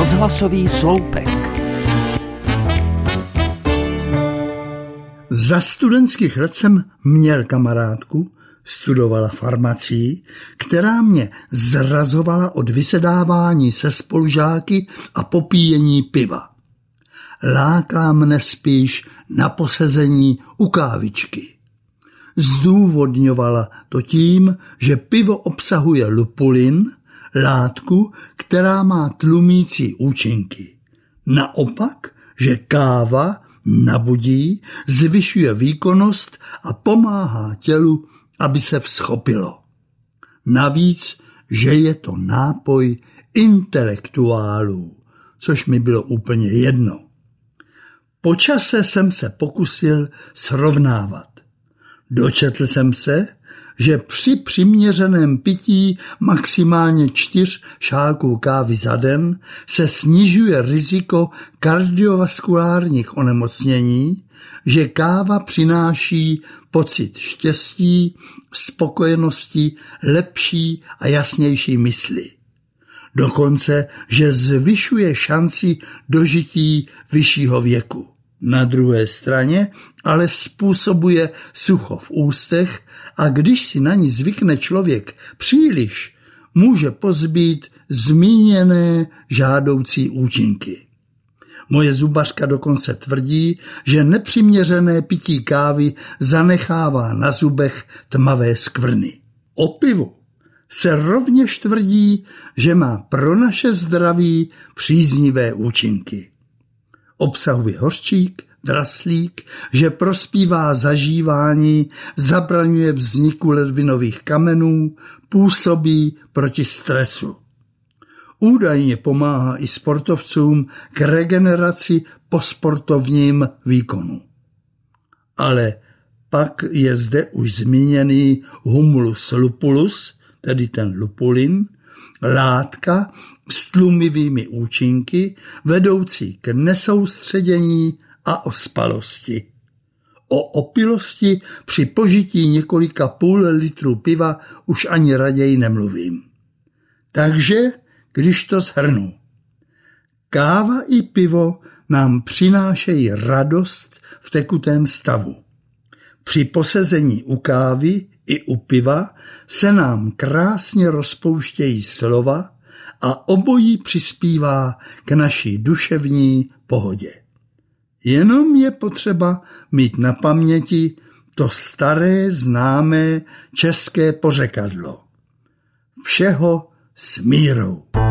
Rozhlasový sloupek. Za studentských let jsem měl kamarádku, studovala farmacii, která mě zrazovala od vysedávání se spolužáky a popíjení piva. Láká mne spíš na posezení u kávičky. Zdůvodňovala to tím, že pivo obsahuje lupulin, látku, která má tlumící účinky. Naopak, že káva nabudí, zvyšuje výkonnost a pomáhá tělu, aby se vzchopilo. Navíc, že je to nápoj intelektuálů, což mi bylo úplně jedno. Po čase jsem se pokusil srovnávat. Dočetl jsem se, že při přiměřeném pití maximálně 4 šálků kávy za den se snižuje riziko kardiovaskulárních onemocnění, že káva přináší pocit štěstí, spokojenosti, lepší a jasnější mysli. Dokonce, že zvyšuje šanci dožití vyššího věku. Na druhé straně ale způsobuje sucho v ústech a když si na ní zvykne člověk příliš, může pozbýt zmíněné žádoucí účinky. Moje zubařka dokonce tvrdí, že nepřiměřené pití kávy zanechává na zubech tmavé skvrny. O pivu se rovněž tvrdí, že má pro naše zdraví příznivé účinky. Obsahuje hořčík, draslík, že prospívá zažívání, zabraňuje vzniku ledvinových kamenů, působí proti stresu. Údajně pomáhá i sportovcům k regeneraci po sportovním výkonu. Ale pak je zde už zmíněný humulus lupulus, tedy ten lupulin, látka s tlumivými účinky vedoucí k nesoustředění a ospalosti. O opilosti při požití několika půl litru piva už ani raději nemluvím. Takže, když to shrnu, káva i pivo nám přinášejí radost v tekutém stavu. Při posezení u kávy i u piva se nám krásně rozpouštějí slova a obojí přispívá k naší duševní pohodě. Jenom je potřeba mít na paměti to staré známé české pořekadlo. Všeho s mírou.